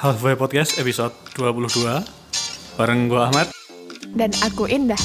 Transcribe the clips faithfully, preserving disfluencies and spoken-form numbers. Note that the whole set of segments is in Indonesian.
Halfway Podcast episode dua puluh dua. Bareng gue Ahmad. Dan aku Indah.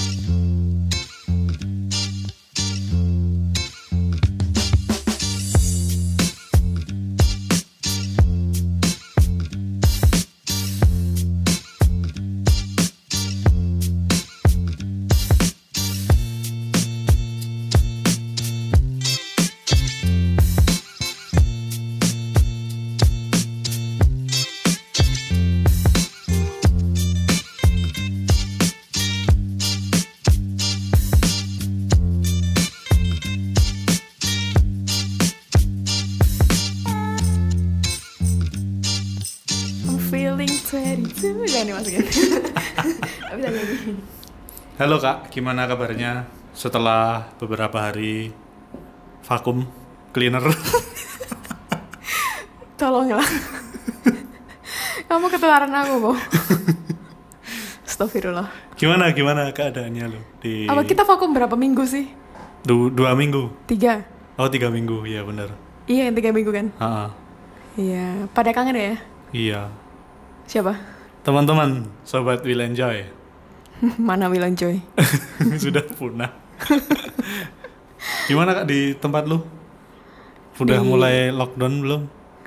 Jangan dimasukin. Gak bisa nyanyi. Halo Kak, gimana kabarnya setelah beberapa hari vakum cleaner? Tolonglah. Kamu ketularan aku, Bo. Astagfirullah. Gimana gimana keadaannya lo di? Apa kita vakum berapa minggu sih? Du- dua minggu. Tiga. Oh tiga minggu, iya benar. Iya yang tiga minggu kan? Ha-ha. Iya. Pada kangen ya? Iya. Siapa? Teman-teman, sobat Will Enjoy. Mana Will Enjoy? Sudah punah. Gimana Kak di tempat lu? Udah Di... mulai lockdown belum?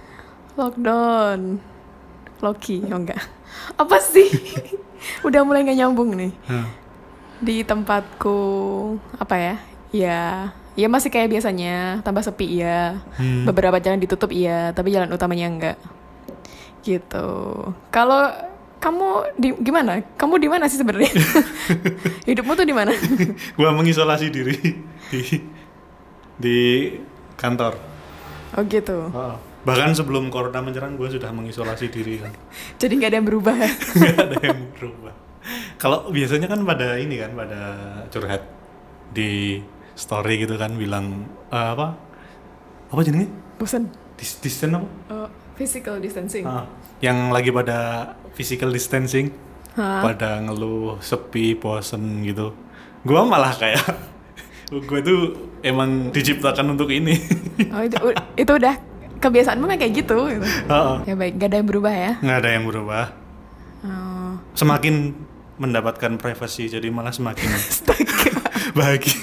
Lockdown. Loki, oh enggak. Apa sih? Udah mulai gak nyambung nih. Huh. Di tempatku apa ya? Ya, ya masih kayak biasanya, tambah sepi ya. Hmm. Beberapa jalan ditutup iya, tapi jalan utamanya enggak. Gitu. Kalau kamu di gimana? Kamu di mana sih sebenarnya? Hidupmu tuh di mana? Gua mengisolasi diri di di kantor. Oh gitu. Oh. Bahkan sebelum corona menyerang gue sudah mengisolasi diri kan. Jadi nggak ada yang berubah. Nggak ada yang berubah. Kalau biasanya kan pada ini kan pada curhat di story gitu kan bilang uh, apa apa jenisnya? Bosan. Dis distance apa? Oh, physical distancing. Ah, yang lagi pada physical distancing, huh? Pada ngeluh, sepi, bosen gitu. Gua malah kayak gue tuh emang diciptakan untuk ini. Oh itu itu udah kebiasaanmu kayak gitu. gitu. Uh-uh. Ya baik, gak ada yang berubah ya? Nggak ada yang berubah. Oh. Semakin mendapatkan privasi, jadi malah semakin bahagia.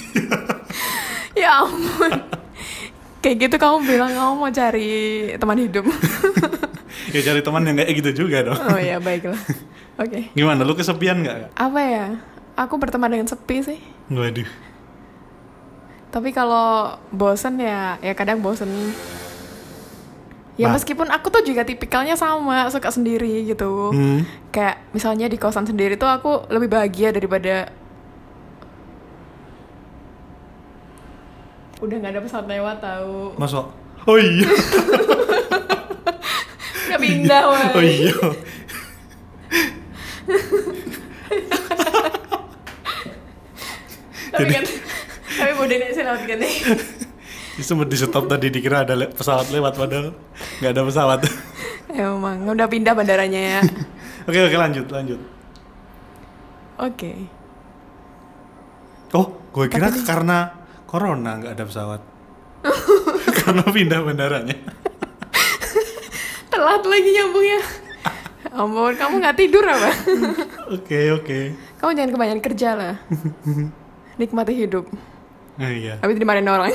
Ya ampun. Kayak gitu kamu bilang kamu mau cari teman hidup. Ya cari teman yang kayak gitu juga dong. Oh ya baiklah. Oke. Okay. Gimana, lu kesepian nggak? Apa ya? Aku berteman dengan sepi sih. Waduh. Tapi kalau bosen ya, ya kadang bosen. Ya bah. Meskipun aku tuh juga tipikalnya sama, suka sendiri gitu. Hmm. Kayak misalnya di kosan sendiri tuh aku lebih bahagia daripada udah nggak ada pesawat lewat tahu. Masuk. Oh iya. Nggak pindah wah. Oh iya. Tapi kan, tapi mau naik sih lewat kan nih. Sempat di stop tadi dikira ada le- pesawat lewat padahal nggak ada pesawat. Emang udah pindah bandaranya ya. Oke oke lanjut lanjut. Oke. Oh, gue kira Apa karena corona nggak ada pesawat. Karena pindah bandaranya. Telat lagi nyambungnya. Ampun, kamu nggak tidur apa? Oke oke. Kamu jangan kebanyakan kerja lah. Nikmati hidup. Oh, iya. Habis dimarahin orang.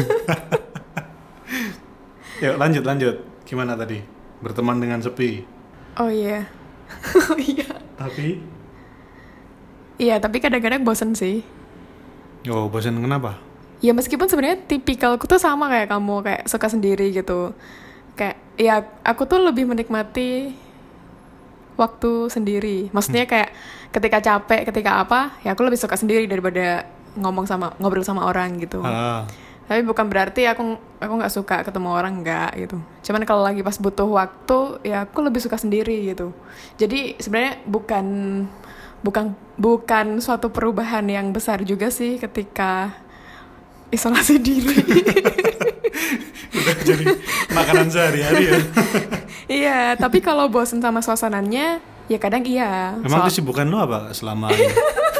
Yuk lanjut lanjut. Gimana tadi? Berteman dengan sepi. Oh iya. Oh iya. Tapi? Iya tapi kadang-kadang bosen sih. Oh bosen kenapa? Ya meskipun sebenarnya tipikalku tuh sama kayak kamu, kayak suka sendiri gitu. Kayak ya aku tuh lebih menikmati waktu sendiri. Maksudnya kayak ketika capek, ketika apa, ya aku lebih suka sendiri daripada ngomong sama ngobrol sama orang gitu. Ah. Tapi bukan berarti aku aku nggak suka ketemu orang, nggak gitu. Cuman kalau lagi pas butuh waktu, ya aku lebih suka sendiri gitu. Jadi sebenarnya bukan bukan bukan suatu perubahan yang besar juga sih ketika isolasi diri. Udah jadi makanan sehari-hari ya. Iya, tapi kalau bosen sama suasananya, ya kadang iya. Emang So- kesibukan lu apa selama ini?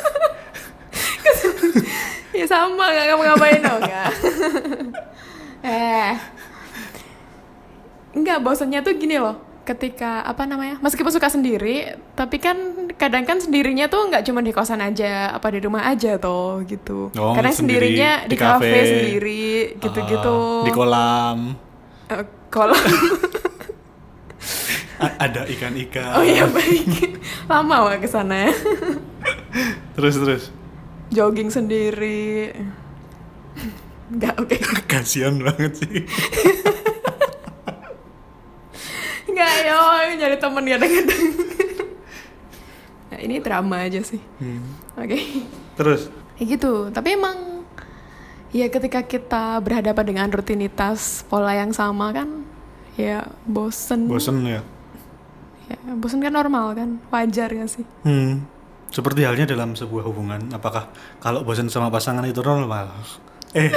Ya sama, gak ngapa-ngapain dong ya. eh Enggak, bosannya tuh gini loh. ketika apa namanya, meskipun suka sendiri, tapi kan kadang kan sendirinya tuh nggak cuma di kosan aja, apa di rumah aja toh gitu. Oh, Kadang sendiri, sendirinya di di kafe kafe. sendiri gitu-gitu. Ah, di kolam. Eh, kolam. A- ada ikan-ikan. Oh iya baik. Lama wah kesana ya. Terus terus. Jogging sendiri. Nggak oke. Kasian banget sih. Nggak yo, nyari temen kadang-kadang. Nah, ini drama aja sih. Hmm. Oke. Terus. Ya gitu, tapi emang ya ketika kita berhadapan dengan rutinitas pola yang sama kan, ya bosen. Bosen ya. Ya, bosen kan normal kan, wajar gak sih? Hmm. Seperti halnya dalam sebuah hubungan, apakah kalau bosen sama pasangan itu normal? Eh.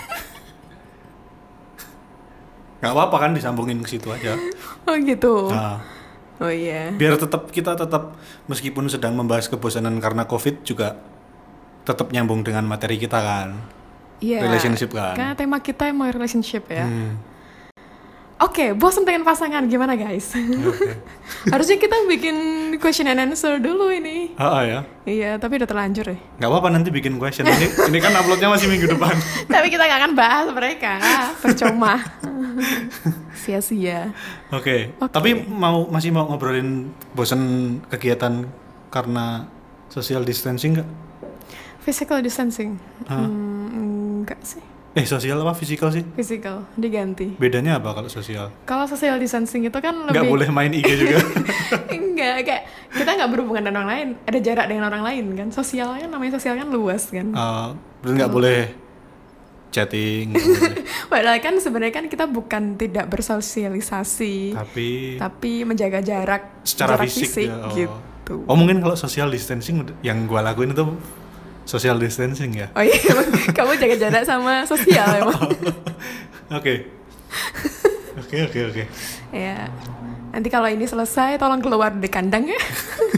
Gak apa-apa kan disambungin ke situ aja. Oh gitu. Nah, Oh iya. biar tetap kita tetap meskipun sedang membahas kebosanan karena COVID juga tetap nyambung dengan materi kita kan. Iya. Relationship kan. Karena tema kita emang relationship ya. Hmm. Oke, bosan dengan pasangan gimana guys? Oke. Harusnya kita bikin question and answer dulu ini. Ah, ah, ya. Iya, tapi udah terlanjur ya. Nggak apa-apa nanti bikin question. Ini, ini kan uploadnya masih minggu depan. Tapi kita gak akan bahas mereka, percuma. Sia-sia. Oke. Oke. Tapi mau masih mau ngobrolin bosan kegiatan karena social distancing nggak? Physical distancing? Hah? Hmm, enggak sih. Eh sosial apa physical sih? Physical, diganti. Bedanya apa kalau sosial? Kalau social distancing itu kan lebih... Nggak boleh main I G juga. Enggak, kayak kita nggak berhubungan dengan orang lain. Ada jarak dengan orang lain kan. Sosial kan, namanya sosial kan luas kan. Uh, berarti nggak boleh chatting. nggak boleh. Padahal kan sebenarnya kan kita bukan tidak bersosialisasi. Tapi Tapi menjaga jarak secara jarak fisik, ya, oh. gitu. Oh mungkin kalau social distancing yang gua lakuin itu social distancing ya. Oh iya, emang kamu jaga jarak sama sosial emang. Oke. Oke oke oke. Ya. Nanti kalau ini selesai tolong keluar dari kandang ya.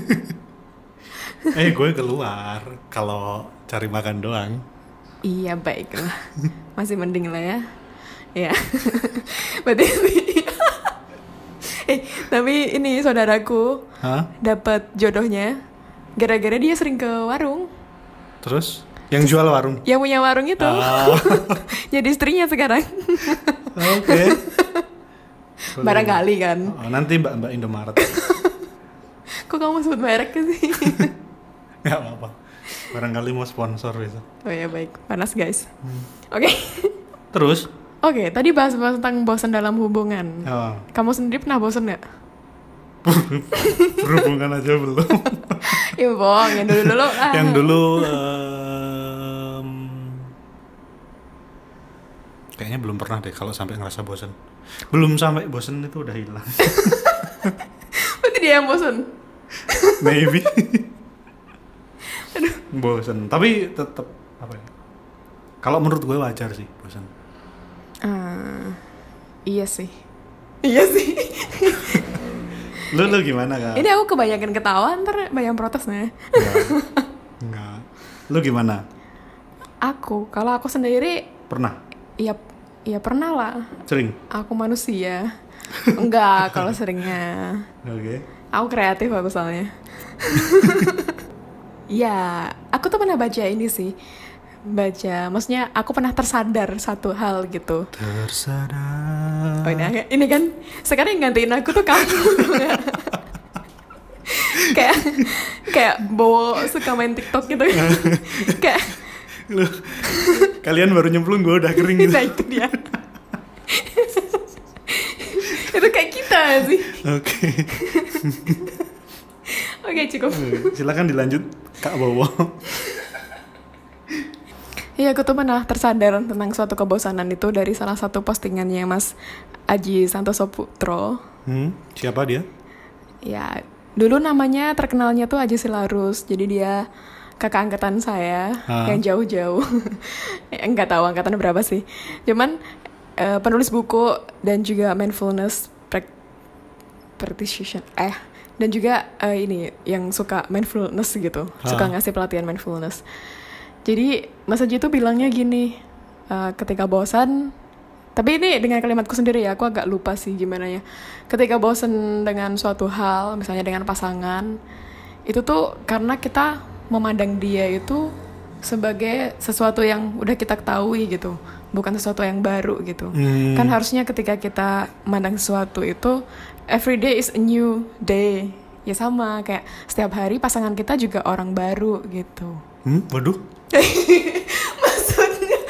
Eh gue keluar kalau cari makan doang. Iya baiklah. Masih mending lah ya. Ya. Berarti Eh, tapi ini saudaraku Hah? dapat jodohnya gara-gara dia sering ke warung. Terus yang jual warung. Yang punya warung itu. Ah. Jadi istrinya sekarang. Oke. Barangkali kan. Oh, nanti Mbak Mbak Indomaret. Kok kamu sebut merek sih? Gak apa-apa. Barangkali mau sponsor bisa. Oh ya baik, panas guys. Hmm. Oke. Okay. Terus? Oke, okay, tadi bahas-bahas tentang bosan dalam hubungan. Oh. Kamu sendiri pernah bosan nggak? Berhubungan aja belum. Ya bohong, yang dulu-dulu ah. Yang dulu um, kayaknya belum pernah deh kalau sampai ngerasa bosan. Belum sampai bosan itu udah hilang. Berarti dia yang bosan? Maybe. Aduh. Bosan, tapi tetap apa ya? Kalau menurut gue wajar sih bosan. Uh, iya sih. Iya sih. Lu lu gimana Kak? Ini aku kebanyakan ketawa, ntar banyak protesnya. Enggak. Enggak. Lu gimana? Aku, kalau aku sendiri Pernah? Iya, iya pernah lah. Sering? Aku manusia. Enggak, kalau seringnya. Oke. Okay. Aku kreatif aku soalnya. Ya, aku tuh pernah baca ini sih. Baca, maksudnya aku pernah tersadar satu hal gitu. Tersadar. Oh ini, ini kan sekarang yang gantiin aku tuh kamu. kayak kayak Bowo suka main TikTok gitu. Kayak Lu, kalian baru nyemplung, gue udah kering gitu. Nah itu dia. Itu kayak kita sih. Oke. Oke cukup. Silakan dilanjut Kak Bowo. Iya, aku tuh pernah tersadar tentang suatu kebosanan itu dari salah satu postingannya Mas Aji Santoso Putro. Hmm, siapa dia? Ya, dulu namanya terkenalnya tuh Aji Silarus. Jadi dia kakak angkatan saya Ah. yang jauh-jauh. Enggak tahu angkatan berapa sih. Cuman uh, penulis buku dan juga mindfulness prac- practitioner. Eh, dan juga uh, ini yang suka mindfulness gitu. Ah. Suka ngasih pelatihan mindfulness. Jadi Mas Aji tuh bilangnya gini, uh, ketika bosan Tapi ini dengan kalimatku sendiri ya, aku agak lupa sih gimana ya. Ketika bosen dengan suatu hal, misalnya dengan pasangan, itu tuh karena kita memandang dia itu sebagai sesuatu yang udah kita ketahui gitu, bukan sesuatu yang baru gitu. Hmm. Kan harusnya ketika kita memandang sesuatu itu, every day is a new day. Ya sama, kayak setiap hari pasangan kita juga orang baru gitu. Hmm, waduh. Maksudnya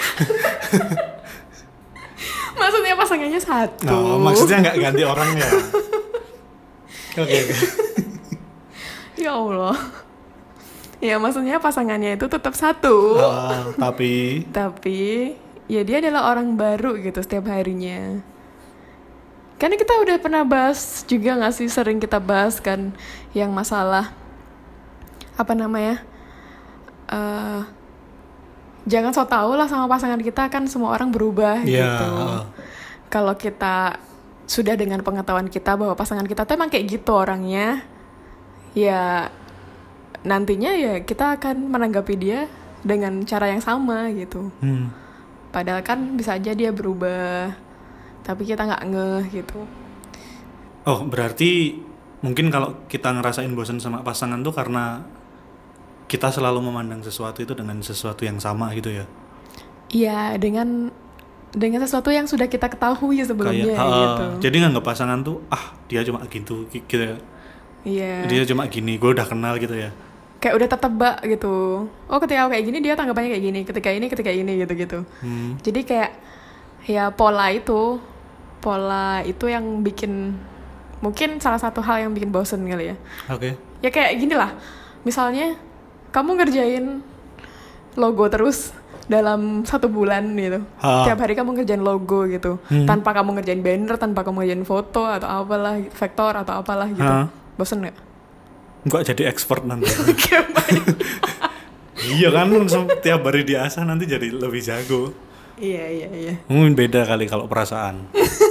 Maksudnya pasangannya satu. Oh, maksudnya nggak ganti orangnya. Oke. Okay, okay. Ya Allah. Ya maksudnya pasangannya itu tetap satu. Uh, tapi Tapi ya dia adalah orang baru gitu setiap harinya. Karena kita udah pernah bahas juga gak sih, sering kita bahas kan yang masalah apa namanya, uh, jangan so tau lah sama pasangan kita, kan semua orang berubah yeah. gitu. Kalau kita sudah dengan pengetahuan kita bahwa pasangan kita tuh emang kayak gitu orangnya, ya nantinya ya kita akan menanggapi dia dengan cara yang sama gitu. hmm. Padahal kan bisa aja dia berubah, tapi kita nggak ngeh gitu. Oh, berarti mungkin kalau kita ngerasain bosan sama pasangan tuh karena kita selalu memandang sesuatu itu dengan sesuatu yang sama gitu ya? Iya, dengan dengan sesuatu yang sudah kita ketahui sebelumnya. Kayak, uh, gitu. Jadi nganggap pasangan tuh, ah dia cuma gitu, gitu ya? Iya. Dia cuma gini, gue udah kenal gitu ya? Kayak udah tertebak gitu. Oh, ketika aku kayak gini dia tanggapannya kayak gini, ketika ini ketika ini gitu-gitu. Hmm. Jadi kayak ya pola itu pola itu yang bikin, mungkin salah satu hal yang bikin bosen kali ya. Oke. Okay. Ya kayak gini lah, misalnya kamu ngerjain logo terus dalam satu bulan gitu. Ha. Tiap hari kamu ngerjain logo gitu, hmm. tanpa kamu ngerjain banner, tanpa kamu ngerjain foto atau apalah, vektor atau apalah gitu. Ha. Bosen nggak? Enggak jadi expert nanti. Iya kan, tiap hari diasah nanti jadi lebih jago. Iya, iya, iya. Mungkin beda kali kalau perasaan.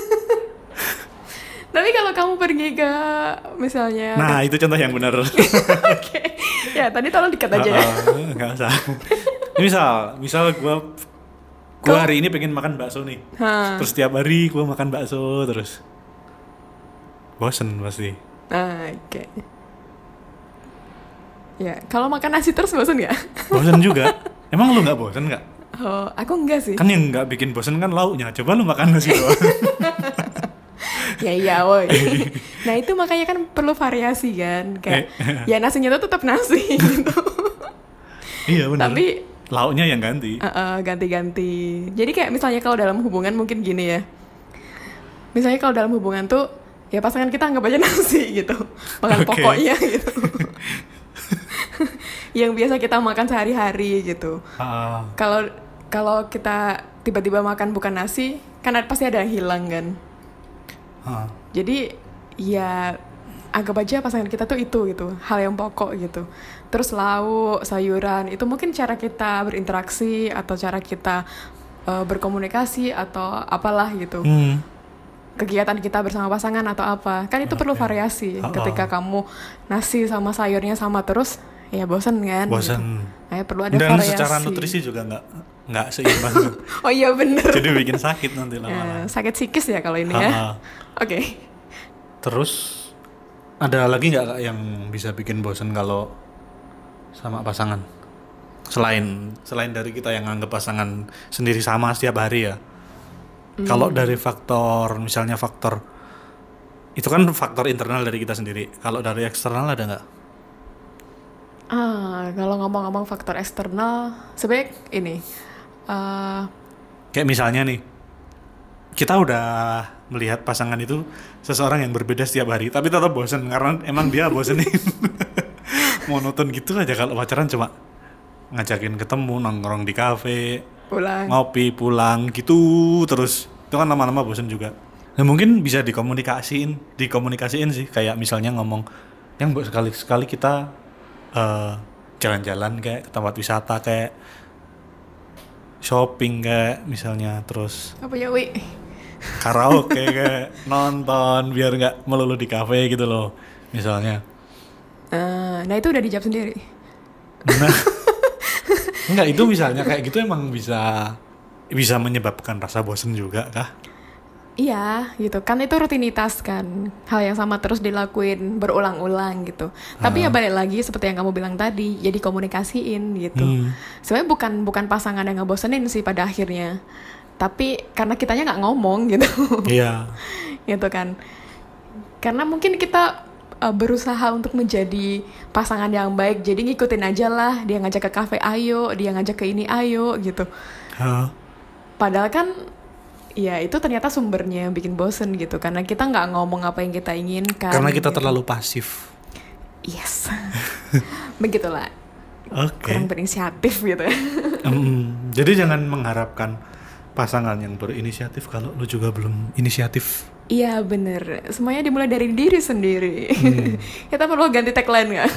Tapi kalau kamu pergi ke misalnya... Nah, itu contoh yang benar. Oke. Okay. Ya, tadi tolong dikat aja ya. Uh, Nggak usah. Misal, misal gue gue hari ini pengen makan bakso nih. Ha. Terus tiap hari gue makan bakso terus. Bosen pasti. Ah, oke. Okay. Ya, kalau makan nasi terus bosen nggak? Bosen juga. Emang lu nggak bosen nggak? Oh, aku enggak sih. Kan yang nggak bikin bosen kan lauknya. Coba lu makan nasi doang. Ya iya, woi. Nah itu makanya kan perlu variasi kan. Kayak eh. ya nasinya tuh tetap nasi gitu. Iya benar. Tapi lauknya yang ganti. Uh, uh, ganti-ganti. Jadi kayak misalnya kalau dalam hubungan mungkin gini ya. Misalnya kalau dalam hubungan tuh ya pasangan kita anggap aja nasi gitu. Makan okay. pokoknya gitu. Yang biasa kita makan sehari-hari gitu. Kalau uh. kalau kita tiba-tiba makan bukan nasi, kan pasti ada yang hilang kan. Uh. Jadi ya anggap aja pasangan kita tuh itu gitu, hal yang pokok gitu. Terus lauk, sayuran, itu mungkin cara kita berinteraksi atau cara kita uh, berkomunikasi atau apalah gitu. Hmm. Kegiatan kita bersama pasangan atau apa. Kan itu okay. perlu variasi. Uh-uh. Ketika kamu nasi sama sayurnya sama terus, ya bosan kan? Bosan. Gitu. Nah, perlu ada dan variasi. Dan secara nutrisi juga nggak nggak seimbang. Oh iya bener. Jadi bikin sakit nanti lama-lama. Ya, sakit psikis ya kalau ini uh-uh. ya. Oke. Okay. Terus ada lagi nggak yang bisa bikin bosan kalau sama pasangan? Selain selain dari kita yang anggap pasangan sendiri sama setiap hari ya. Hmm. Kalau dari faktor, misalnya faktor itu kan faktor internal dari kita sendiri. Kalau dari eksternal ada nggak? Ah, kalau ngomong-ngomong faktor eksternal, sebaik ini. Uh, Kayak misalnya nih, kita udah melihat pasangan itu seseorang yang berbeda setiap hari, tapi tetap bosan karena emang dia bosenin. Monoton gitu aja kalau pacaran, cuma ngajakin ketemu, nongkrong di kafe, pulang. ngopi, pulang gitu terus. Itu kan lama-lama bosan juga. Nah, mungkin bisa dikomunikasiin, dikomunikasiin sih, kayak misalnya ngomong, yang buat sekali-sekali kita uh, jalan-jalan kayak ke tempat wisata, kayak shopping kayak misalnya, terus apa ya wi? karaoke kayak nonton, biar nggak melulu di kafe gitu loh misalnya. Uh, nah itu udah dijawab sendiri. Nah, enggak, itu misalnya kayak gitu emang bisa bisa menyebabkan rasa bosen juga kah? Iya gitu kan, itu rutinitas kan, hal yang sama terus dilakuin berulang-ulang gitu. Tapi ya balik lagi seperti yang kamu bilang tadi, jadi komunikasiin gitu. Hmm. Sebenarnya bukan bukan pasangan yang ngebosenin sih pada akhirnya, tapi karena kitanya nggak ngomong gitu. Iya. Gitu kan, karena mungkin kita uh, berusaha untuk menjadi pasangan yang baik, jadi ngikutin aja lah, dia ngajak ke kafe ayo, dia ngajak ke ini ayo gitu. Huh? Padahal kan ya itu ternyata sumbernya yang bikin bosen gitu, karena kita nggak ngomong apa yang kita inginkan. Karena kita gitu. Terlalu pasif. Yes. Begitulah. Oke. Okay. Kurang berinisiatif gitu. um, jadi jangan mengharapkan pasangan yang berinisiatif kalau lu juga belum inisiatif. Iya bener. Semuanya dimulai dari diri sendiri. Hmm. Kita perlu ganti tagline nggak?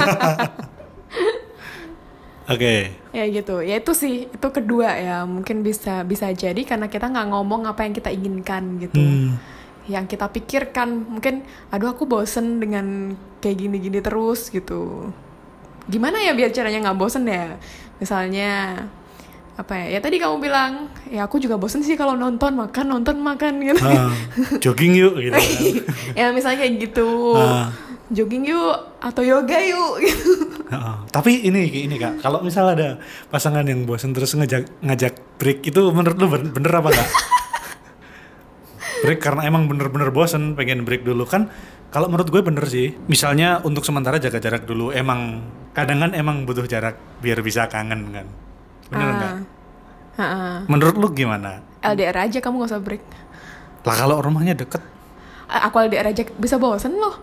Oke. Okay. Ya gitu, ya itu sih, itu kedua ya, mungkin bisa bisa jadi karena kita nggak ngomong apa yang kita inginkan gitu, hmm. yang kita pikirkan mungkin, aduh aku bosen dengan kayak gini-gini terus gitu. Gimana ya biar caranya nggak bosen ya? Misalnya apa ya? Ya tadi kamu bilang, ya aku juga bosen sih kalau nonton makan nonton makan gitu. Ah, jogging yuk gitu. Kan. Ya misalnya kayak gitu. Ah. Jogging yuk atau yoga yuk gitu. Uh, tapi ini ini Kak, kalau misal ada pasangan yang bosan terus ngajak ngajak break, itu menurut lu bener apa enggak? Break karena emang bener-bener bosan, pengen break dulu kan. Kalau menurut gue bener sih. Misalnya untuk sementara jaga jarak dulu, emang kadang kan emang butuh jarak biar bisa kangen kan. Bener uh, enggak? Uh, uh. Menurut lu gimana? L D R aja, kamu gak usah break. Lah kalau rumahnya deket? Aku L D R aja bisa bosen loh.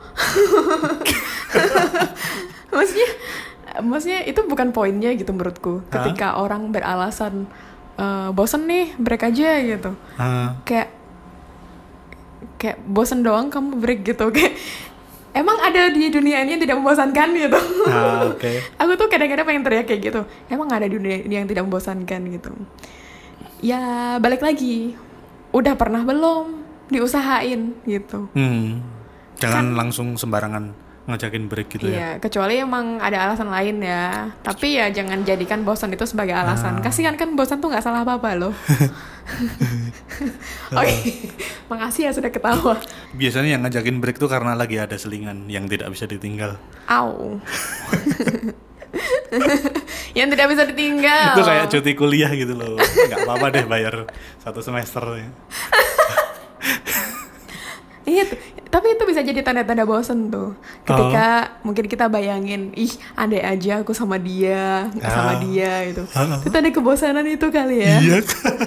maksudnya maksudnya itu bukan poinnya gitu menurutku. Ketika huh? orang beralasan e, bosen nih break aja gitu, huh? kayak kayak bosen doang kamu break gitu, kayak emang ada di dunia ini yang tidak membosankan gitu. Ah, okay. Aku tuh kadang-kadang pengen teriak kayak gitu, emang ada di dunia ini yang tidak membosankan gitu. Ya balik lagi, udah pernah belum diusahain gitu. Hmm. Jangan kan, langsung sembarangan ngajakin break gitu iya, ya. Iya, kecuali emang ada alasan lain ya. Tapi ya jangan jadikan bosan itu sebagai alasan. Ah. Kasihan kan, bosan tuh nggak salah apa-apa loh. Oke, okay. Makasih ya sudah ketawa. Biasanya yang ngajakin break tuh karena lagi ada selingan yang tidak bisa ditinggal. Au. Yang tidak bisa ditinggal. Itu kayak cuti kuliah gitu loh. Nggak apa-apa deh bayar satu semester ya. Iya, tapi itu bisa jadi tanda-tanda bosen tuh. Ketika oh. mungkin kita bayangin, ih, andai aja aku sama dia, nggak ah. sama dia gitu. Ah. Itu tanda kebosanan itu kali ya. Iya.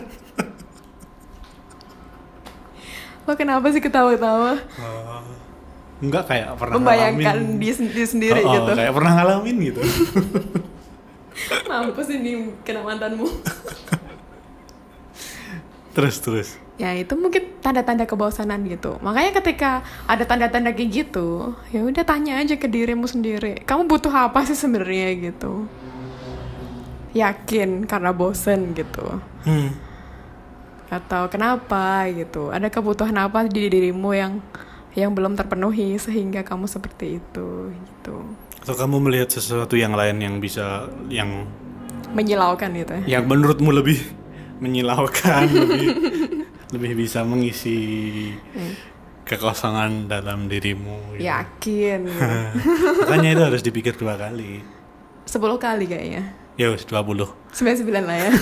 Lo kenapa sih ketawa-tawa? Oh. Enggak, kayak pernah membayangkan ngalamin. Di, di sendiri oh, oh, gitu. Kayak pernah ngalamin gitu. Mampus ini kena mantanmu. Terus, terus. Ya itu mungkin tanda-tanda kebosanan gitu. Makanya ketika ada tanda-tanda kayak gitu, ya udah tanya aja ke dirimu sendiri. Kamu butuh apa sih sebenarnya gitu? Yakin karena bosen gitu. Hmm. Atau kenapa gitu? Ada kebutuhan apa di dirimu yang yang belum terpenuhi sehingga kamu seperti itu gitu. Atau kamu melihat sesuatu yang lain yang bisa yang menyilaukan gitu ya? Yang menurutmu lebih menyilaukan, lebih lebih bisa mengisi hmm. kekosongan dalam dirimu gitu. Yakin. Makanya itu harus dipikir dua kali. Sepuluh kali kayaknya. Ya wis dua puluh. Sembilan sembilan lah ya.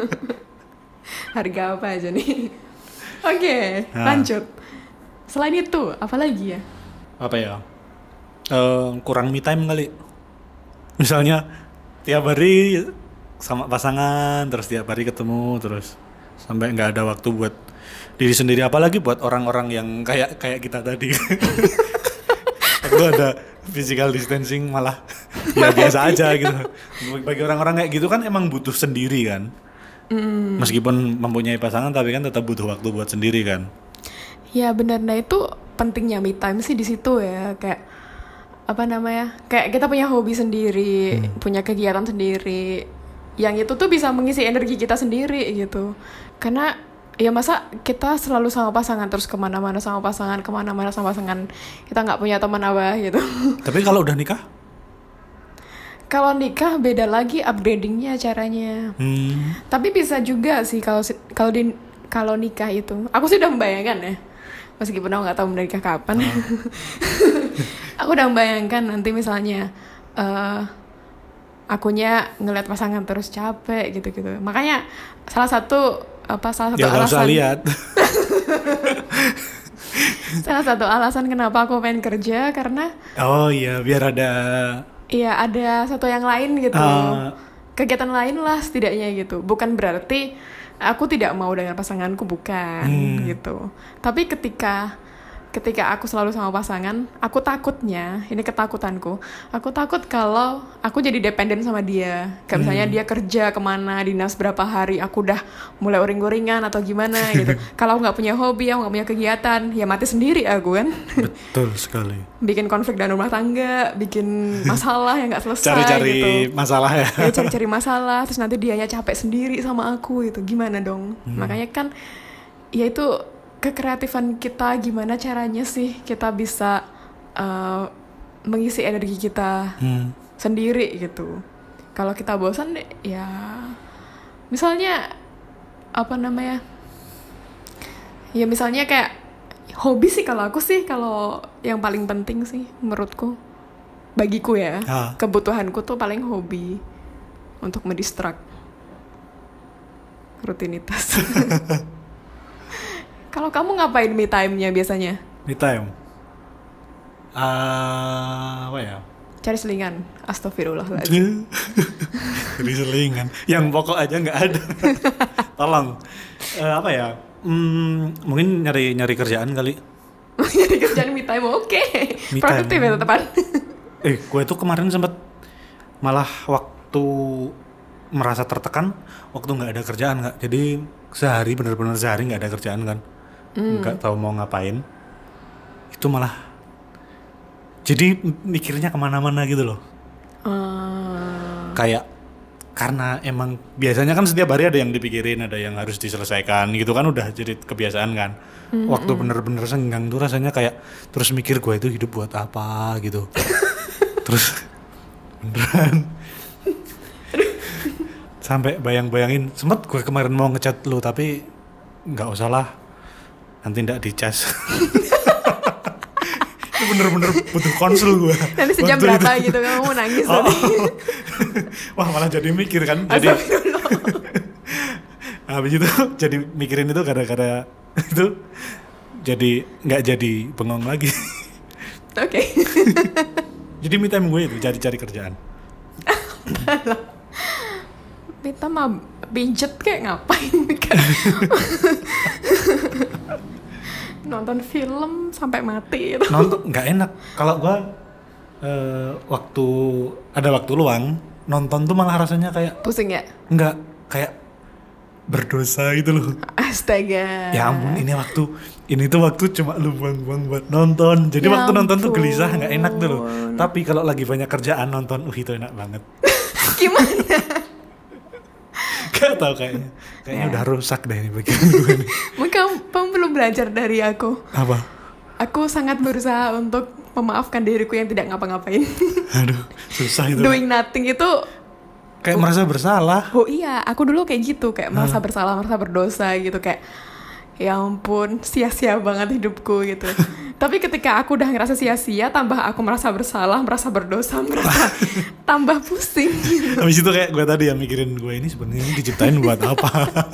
Harga apa aja nih? Oke, okay, nah. lanjut. Selain itu, apa lagi ya? Apa ya? Uh, kurang me time kali. Misalnya tiap hari sama pasangan, terus tiap hari ketemu, terus sampai nggak ada waktu buat diri sendiri, apalagi buat orang-orang yang kayak kayak kita tadi. Aku ada physical distancing malah ya biasa aja gitu. Bagi orang-orang kayak gitu kan emang butuh sendiri kan. Mm. Meskipun mempunyai pasangan tapi kan tetap butuh waktu buat sendiri kan. Ya benar, nah itu pentingnya me time sih di situ ya, kayak apa namanya? Kayak kita punya hobi sendiri, hmm. punya kegiatan sendiri. Yang itu tuh bisa mengisi energi kita sendiri gitu. Karena ya masa kita selalu sama pasangan, terus kemana-mana sama pasangan, kemana-mana sama pasangan, kita nggak punya teman apa gitu. Tapi kalau udah nikah? Kalau nikah beda lagi upgradingnya caranya. Hmm. Tapi bisa juga sih kalau si- kalau di kalau nikah itu. Aku sih udah membayangkan ya. Meskipun aku nggak tahu menikah kapan. Oh. Aku udah membayangkan nanti misalnya eh akunya ngeliat pasangan terus capek gitu-gitu. Makanya salah satu apa salah satu Ya nggak usah alasan lihat. salah satu alasan kenapa aku pengen kerja karena Oh iya, biar ada. iya ada satu yang lain gitu. Uh, Kegiatan lain lah setidaknya gitu. Bukan berarti aku tidak mau dengan pasanganku, bukan Hmm. gitu. Tapi ketika ketika aku selalu sama pasangan, aku takutnya, ini ketakutanku, aku takut kalau aku jadi dependen sama dia. Kayak misalnya dia kerja kemana, dinas berapa hari, aku udah mulai uring-uringan atau gimana gitu. Kalau aku nggak punya hobi, aku nggak punya kegiatan, ya mati sendiri aku kan. Betul sekali. Bikin konflik dalam rumah tangga, bikin masalah yang nggak selesai Cari-cari gitu. masalah ya. Ya cari-cari masalah, terus nanti dianya capek sendiri sama aku itu gimana dong? Hmm. Makanya kan ya itu kekreatifan kita, gimana caranya sih kita bisa uh, mengisi energi kita Hmm. sendiri gitu. Kalau kita bosan ya misalnya apa namanya? Ya misalnya kayak hobi sih, kalau aku sih kalau yang paling penting sih menurutku, bagiku ya, Ah. kebutuhanku tuh paling hobi untuk mendistract rutinitas. Kalau kamu ngapain me time-nya biasanya? Me time. Ah, apa ya? Cari selingan. Astagfirullahaladzim. Jadi selingan. Yang pokok aja nggak ada. Tolong. Eh, apa ya? Hmm, mungkin nyari nyari kerjaan kali. Jadi kerjaan me time, oke. Me Produktif time. ya teman. Eh, gue tuh kemarin sempat malah waktu merasa tertekan, waktu nggak ada kerjaan nggak. Jadi sehari benar-benar sehari nggak ada kerjaan kan. Nggak tahu mau ngapain. Itu malah jadi mikirnya kemana-mana gitu loh. Uh, Kayak karena emang biasanya kan setiap hari ada yang dipikirin, ada yang harus diselesaikan gitu kan, udah jadi kebiasaan kan. Mm-hmm. Waktu bener-bener senggang tuh rasanya kayak terus mikir gue itu hidup buat apa gitu. Terus beneran sampai bayang-bayangin, sempet gue kemarin mau ngechat lu tapi nggak usah lah, nanti ndak dicas. Itu bener-bener butuh konsul gue. Nanti sejam waktu berapa itu. gitu kamu mau nangis Oh. nanti. Wah malah jadi mikir kan. Jadi Astagfirullah. habis itu jadi mikirin itu gara-gara itu jadi nggak jadi bengong lagi. Oke. Jadi me time gue itu cari-cari kerjaan. Kita mah pijet kayak ngapain kan? Nonton film sampai mati itu. Nonton nggak enak. Kalau gue eh, waktu ada waktu luang nonton tuh malah rasanya kayak Pusing ya? nggak, kayak berdosa gitu loh. Astaga. Ya ampun, ini waktu ini tuh waktu cuma lu buang-buang buat nonton. Jadi Ya waktu nonton tuh ampun. gelisah, nggak enak tuh loh. Tapi kalau lagi banyak kerjaan nonton, uh itu enak banget. Gimana? Gak tau kayaknya, kayaknya Ya. udah rusak deh ini bagian gue nih. Mungkin kamu, kamu belum belajar dari aku. Apa? Aku sangat berusaha untuk memaafkan diriku yang tidak ngapa-ngapain. Aduh, susah itu. Doing nothing itu, Kayak merasa bersalah. oh iya, aku dulu kayak gitu, kayak merasa bersalah, merasa berdosa gitu, kayak ya ampun, sia-sia banget hidupku gitu. Tapi ketika aku udah ngerasa sia-sia, tambah aku merasa bersalah, merasa berdosa, merasa tambah pusing. Habis itu kayak gue tadi yang mikirin gue ini sebenarnya ini diciptain buat apa?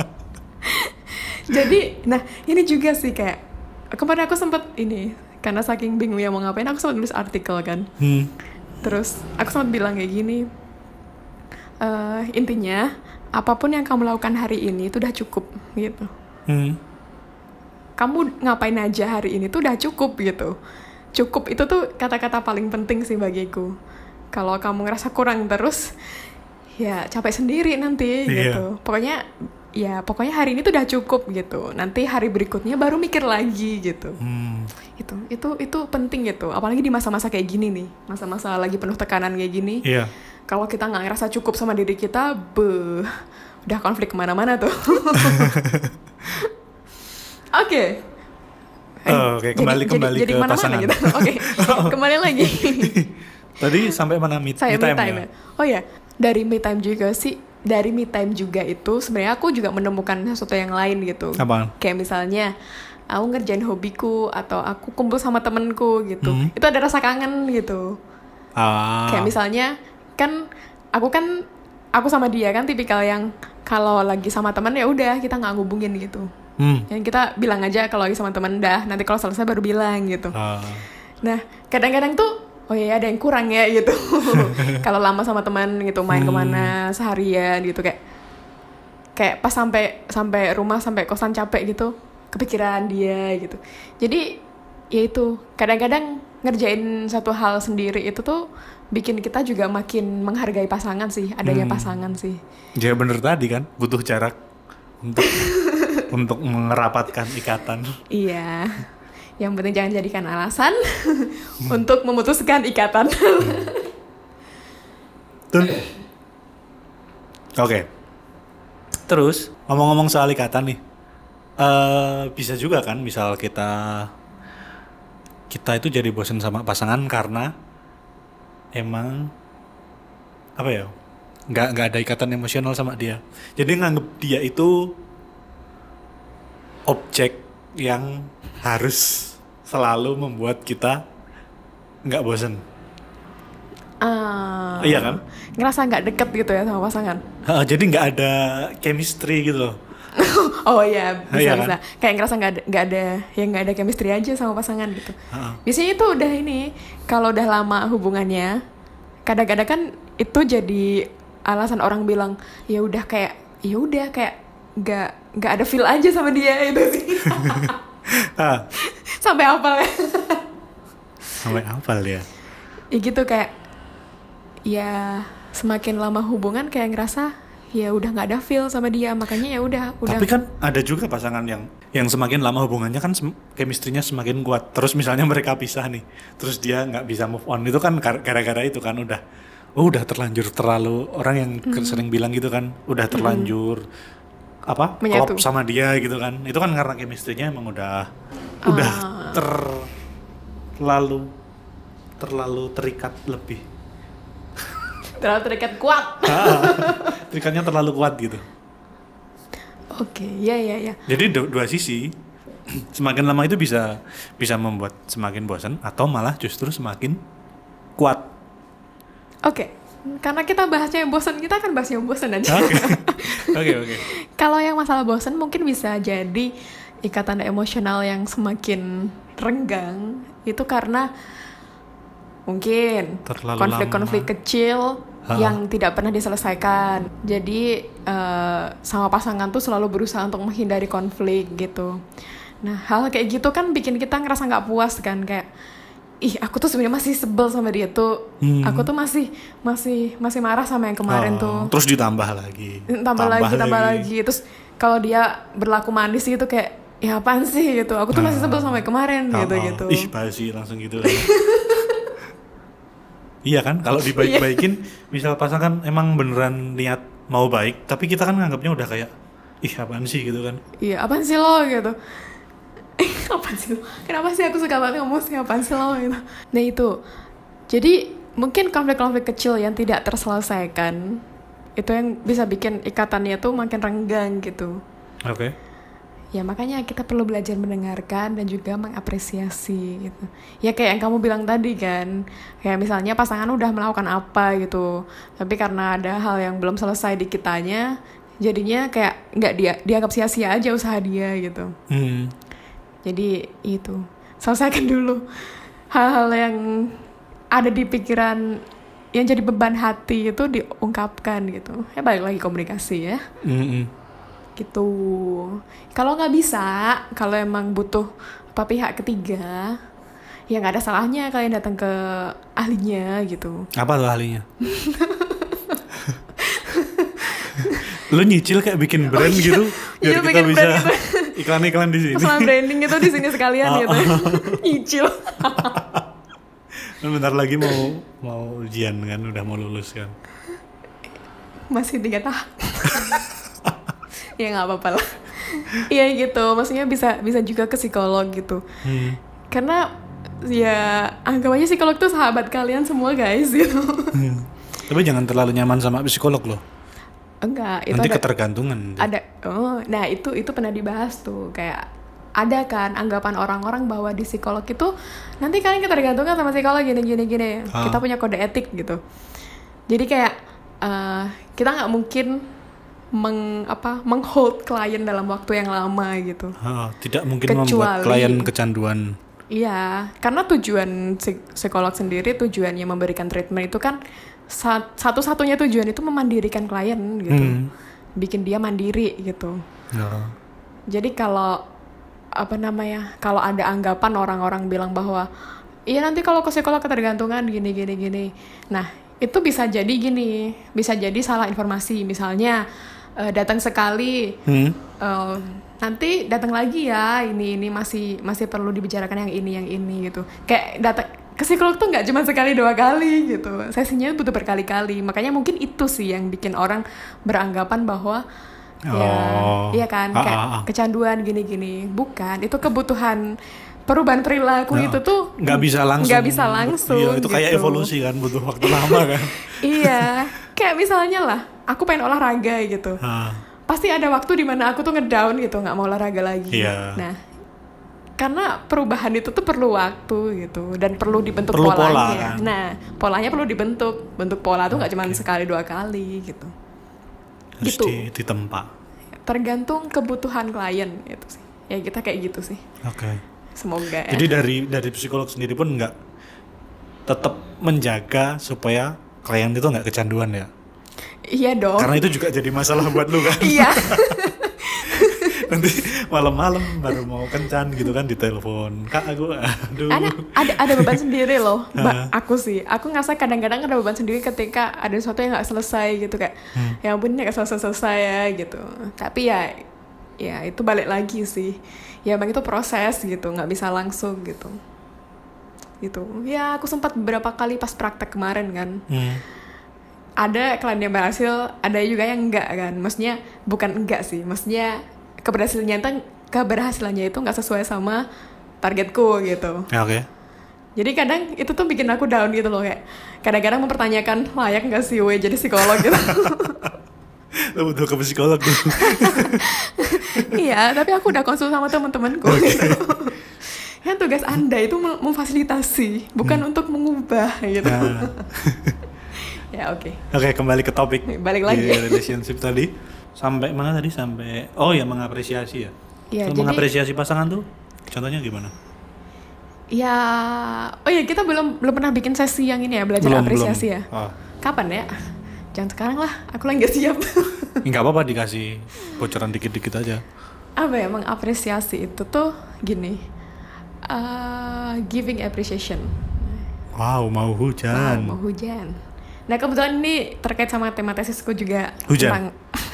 Jadi, nah ini juga sih kayak kemarin aku sempet ini, karena saking bingungnya mau ngapain, aku sempet nulis artikel kan. Hmm. Terus aku sempet bilang kayak gini, eh intinya apapun yang kamu lakukan hari ini itu udah cukup gitu. Hmm. Kamu ngapain aja hari ini tuh udah cukup gitu. Cukup itu tuh kata-kata paling penting sih bagiku. Kalau kamu ngerasa kurang terus, ya capek sendiri nanti Iya. gitu. Pokoknya ya pokoknya hari ini tuh udah cukup gitu. Nanti hari berikutnya baru mikir lagi gitu. Hmm. Itu itu itu penting gitu. Apalagi di masa-masa kayak gini nih, masa-masa lagi penuh tekanan kayak gini. Iya. Kalau kita nggak ngerasa cukup sama diri kita, beuh, udah konflik kemana-mana tuh. Oke. Oh, oke, kembali- jadi, kembali jadi, ke jadi kemana-mana pasangan. gitu. Oke, kembali lagi. Tadi sampai mana me, Saya me time, me time ya? ya. Oh ya, dari me time juga sih, dari me time juga itu sebenarnya aku juga menemukan sesuatu yang lain gitu. Apa? Kayak misalnya aku ngerjain hobiku atau aku kumpul sama temenku gitu. Hmm. Itu ada rasa kangen gitu. Ah. Kayak misalnya kan aku kan aku sama dia kan tipikal yang kalau lagi sama teman ya udah kita nggak ngubungin gitu. Hmm. Yang kita bilang aja kalau lagi sama teman dah, nanti kalau selesai baru bilang gitu. Ah. Nah, kadang-kadang tuh oh iya ada yang kurang ya gitu. Kalau lama sama teman gitu main Hmm. kemana seharian gitu kayak kayak pas sampai sampai rumah sampai kosan capek gitu, kepikiran dia gitu. Jadi ya itu kadang-kadang ngerjain satu hal sendiri itu tuh bikin kita juga makin menghargai pasangan sih, adanya Hmm. pasangan sih. Ya bener tadi kan, butuh jarak untuk untuk merapatkan ikatan. Iya. Yang penting jangan jadikan alasan untuk memutuskan ikatan. Tuh. Oke. Terus ngomong-ngomong soal ikatan nih, eh bisa juga kan, misal kita kita itu jadi bosan sama pasangan karena emang apa ya, nggak nggak ada ikatan emosional sama dia. Jadi nganggep dia itu objek yang harus selalu membuat kita nggak bosan. Ah, Iya kan? ngerasa nggak deket gitu ya sama pasangan. Ha, jadi nggak ada chemistry gitu loh. Oh iya, bisa Iya kan? bisa. Kayak ngerasa nggak ada nggak ada yang nggak ada chemistry aja sama pasangan gitu. Ha. Biasanya itu udah ini kalau udah lama hubungannya, kadang-kadang kan itu jadi alasan orang bilang ya udah kayak ya udah kayak nggak nggak ada feel aja sama dia itu sih. Ah, Sampai hafal ya. sampai hafal ya. Ya gitu kayak ya semakin lama hubungan kayak ngerasa ya udah nggak ada feel sama dia, makanya ya udah udah. Tapi kan ada juga pasangan yang yang semakin lama hubungannya kan sem- chemistry-nya semakin kuat. Terus misalnya mereka pisah nih, terus dia nggak bisa move on, itu kan gar- gara-gara itu kan udah oh, udah terlanjur terlalu, orang yang ke- sering bilang gitu kan, udah terlanjur apa Menyatu. klop sama dia gitu kan. Itu kan karena chemistry-nya emang udah udah Ah. terlalu terlalu terikat lebih. terlalu terikat kuat. Ah, terikatnya terlalu kuat gitu. Oke, ya ya ya. Jadi du- dua sisi, semakin lama itu bisa bisa membuat semakin bosan atau malah justru semakin kuat. Oke, karena kita bahasnya yang bosan, kita akan bahas yang bosan aja. Oke, oke, oke. Kalau yang masalah bosan mungkin bisa jadi ikatan emosional yang semakin renggang itu karena mungkin Terlalu konflik-konflik lama. kecil Ha. yang tidak pernah diselesaikan. Jadi eh, sama pasangan tuh selalu berusaha untuk menghindari konflik gitu. Nah hal kayak gitu kan bikin kita ngerasa nggak puas kan, kayak ih aku tuh sebenarnya masih sebel sama dia tuh, Hmm. aku tuh masih masih masih marah sama yang kemarin Oh, tuh. terus ditambah lagi. tambah, lagi tambah lagi terus kalau dia berlaku manis gitu kayak ya apaan sih gitu, aku tuh masih sebel sama yang kemarin Oh, gitu oh. gitu. Ih, basi langsung gitu. Iya kan, kalau dibaik-baikin, misal pasangan emang beneran niat mau baik, tapi kita kan nganggapnya udah kayak ih apaan sih gitu kan. Iya apaan sih lo gitu. Apaan sih lo, kenapa sih aku suka banget ngomong sih apaan sih lo gitu. Nah itu jadi mungkin konflik-konflik kecil yang tidak terselesaikan itu yang bisa bikin ikatannya tuh makin renggang gitu. Oke. Ya makanya kita perlu belajar mendengarkan dan juga mengapresiasi gitu. Ya kayak yang kamu bilang tadi kan, kayak misalnya pasangan udah melakukan apa gitu, tapi karena ada hal yang belum selesai di kitanya, jadinya kayak nggak dia dianggap sia-sia aja usaha dia gitu. Hmm. Jadi itu selesaikan dulu hal-hal yang ada di pikiran yang jadi beban hati itu diungkapkan gitu. Ya balik lagi komunikasi ya. Mm-mm. Gitu. Kalau nggak bisa, kalau emang butuh apa pihak ketiga, ya nggak ada salahnya kalian datang ke ahlinya gitu. Apa tuh ahlinya? Lu nyicil kayak bikin brand gitu biar Iya, kita bikin bisa brand gitu. iklan-iklan di sini. Masalah branding itu di sini sekalian Oh, gitu. Nyicil. Lu bentar lagi mau mau ujian kan, udah mau lulus kan. Masih tiga tahun. Ya nggak apa-apa lah. Iya gitu, maksudnya bisa bisa juga ke psikolog gitu. Hmm. Karena ya anggap aja psikolog tuh sahabat kalian semua guys gitu. Hmm. Tapi jangan terlalu nyaman sama psikolog loh. Enggak, itu Nanti ada, ketergantungan. ada oh nah itu itu pernah dibahas tuh, kayak ada kan anggapan orang-orang bahwa di psikolog itu nanti kalian ketergantungan sama psikolog gini gini gini. Ah. Kita punya kode etik gitu. Jadi kayak uh, kita nggak mungkin meng apa menghold klien dalam waktu yang lama gitu. Ah, tidak mungkin Kecuali, membuat klien kecanduan. Iya, karena tujuan psik- psikolog sendiri, tujuannya memberikan treatment itu kan sat- satu-satunya tujuan itu memandirikan klien gitu, Hmm. bikin dia mandiri gitu. Ya. Jadi kalau apa namanya, kalau ada anggapan orang-orang bilang bahwa iya nanti kalau ke psikolog ketergantungan gini gini gini, nah itu bisa jadi gini, bisa jadi salah informasi. Misalnya uh, datang sekali, Hmm. uh, nanti datang lagi ya, ini ini masih masih perlu dibicarakan yang ini yang ini gitu. Kayak datang ke psikolog tuh nggak cuma sekali dua kali gitu, sesinya butuh berkali-kali. Makanya mungkin itu sih yang bikin orang beranggapan bahwa ya Oh. iya kan, Ah, kayak ah, ah. kecanduan gini-gini. Bukan, itu kebutuhan perubahan perilaku Nah, itu tuh nggak bisa langsung. nggak bisa langsung Iya, itu kayak gitu. evolusi kan, butuh waktu lama kan. Iya, kayak misalnya lah, aku pengen olahraga gitu. Ah. Pasti ada waktu di mana aku tuh ngedown gitu, nggak mau olahraga lagi. Iya. Nah, karena perubahan itu tuh perlu waktu gitu, dan perlu dibentuk Perlu pola, polanya. kan? Nah, polanya perlu dibentuk. Bentuk pola tuh nggak cuma sekali dua kali gitu. Harus Gitu. di, ditempa. Tergantung kebutuhan klien itu sih. Ya kita kayak gitu sih. Oke. Semoga ya. Jadi dari dari psikolog sendiri pun nggak tetap menjaga supaya klien itu nggak kecanduan ya. Iya dong. Karena itu juga jadi masalah buat lu kan. Iya. Nanti malam-malam baru mau kencan gitu kan ditelepon. Kak aku aduh. ada ada ada beban sendiri loh, Mbak. Ah. Aku sih, aku ngerasa kadang-kadang ada beban sendiri ketika ada sesuatu yang nggak selesai gitu, kayak Hmm. ya ampun ini nggak selesai-selesai ya gitu. Tapi ya ya itu balik lagi sih, ya emang itu proses gitu, nggak bisa langsung gitu gitu. Ya aku sempat beberapa kali pas praktek kemarin kan, Hmm. ada klien yang berhasil, ada juga yang enggak kan. Maksudnya bukan enggak sih, maksudnya keberhasilannya itu keberhasilannya itu nggak sesuai sama targetku gitu. Ya, oke. Jadi kadang itu tuh bikin aku down gitu loh, kayak kadang-kadang mempertanyakan layak nggak sih we jadi psikolog gitu. Lu butuh ke psikolog tuh. Iya, tapi aku udah konsul sama teman-temanku gitu. Kan tugas Anda itu mem- memfasilitasi, bukan Hmm. untuk mengubah gitu. Nah. Ya oke. Oke, kembali ke topik. Balik lagi. Di relationship tadi. Sampai mana tadi? Sampai oh ya mengapresiasi ya. Iya, Kalau jadi- mengapresiasi pasangan tuh contohnya gimana? Ya, oh ya kita belum belum pernah bikin sesi yang ini ya, belajar apresiasi ya. Oh. Kapan ya? Jangan sekarang lah, aku lagi nggak siap. Enggak apa-apa dikasih bocoran dikit-dikit aja. Apa ya, mengapresiasi itu tuh gini, uh, giving appreciation. Wow, mau hujan. Wow, mau hujan. Nah kebetulan ini terkait sama tema tesisku juga. Hujan. Tentang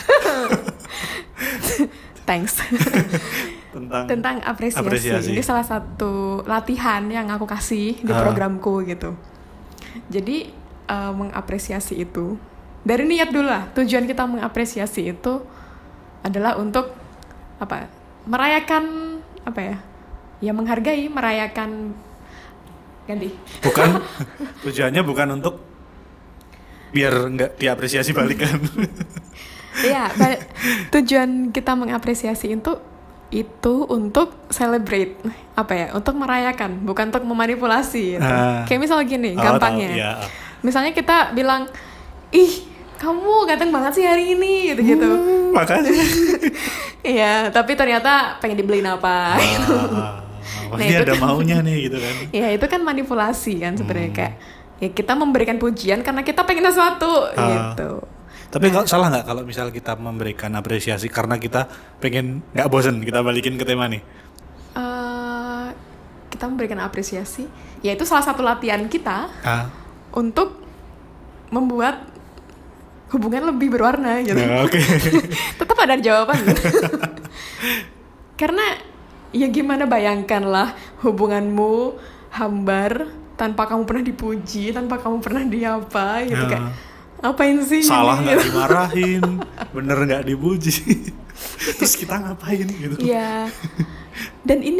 thanks. Tentang Tentang apresiasi. apresiasi. Ini salah satu latihan yang aku kasih di Ah. programku gitu. Jadi uh, mengapresiasi itu dari niat dulu lah. Tujuan kita mengapresiasi itu adalah untuk apa? Merayakan apa ya? Ya menghargai, merayakan ganti. Bukan tujuannya bukan untuk biar nggak diapresiasi balik kan. Iya, ba- tujuan kita mengapresiasi itu itu untuk celebrate apa ya? Untuk merayakan, bukan untuk memanipulasi. Gitu. Ah. Kayak misal gini, Oh, gampangnya. tahu, iya. Misalnya kita bilang, ih kamu ganteng banget sih hari ini, gitu-gitu. Hmm, makasih. Iya, tapi ternyata pengen dibeliin apa? gitu. Ah, Nah, pasti itu ada kan- maunya nih gitu kan. Ya itu kan manipulasi kan sebenarnya, Hmm. kayak ya kita memberikan pujian karena kita pengen sesuatu Ah. gitu. Tapi kalau salah nggak kalau misal kita memberikan apresiasi karena kita pengen nggak bosen, kita balikin ke tema nih. Eh, kita memberikan apresiasi, ya itu salah satu latihan kita Ah, untuk membuat hubungan lebih berwarna gitu. nah, oke. Tetap ada jawaban gitu. Karena ya gimana, bayangkanlah hubunganmu hambar tanpa kamu pernah dipuji, tanpa kamu pernah diapa gitu, Ya. kayak ngapain sih Salah ini, nggak gitu. dimarahin, bener nggak dipuji, terus kita ngapain gitu? Iya. Dan ini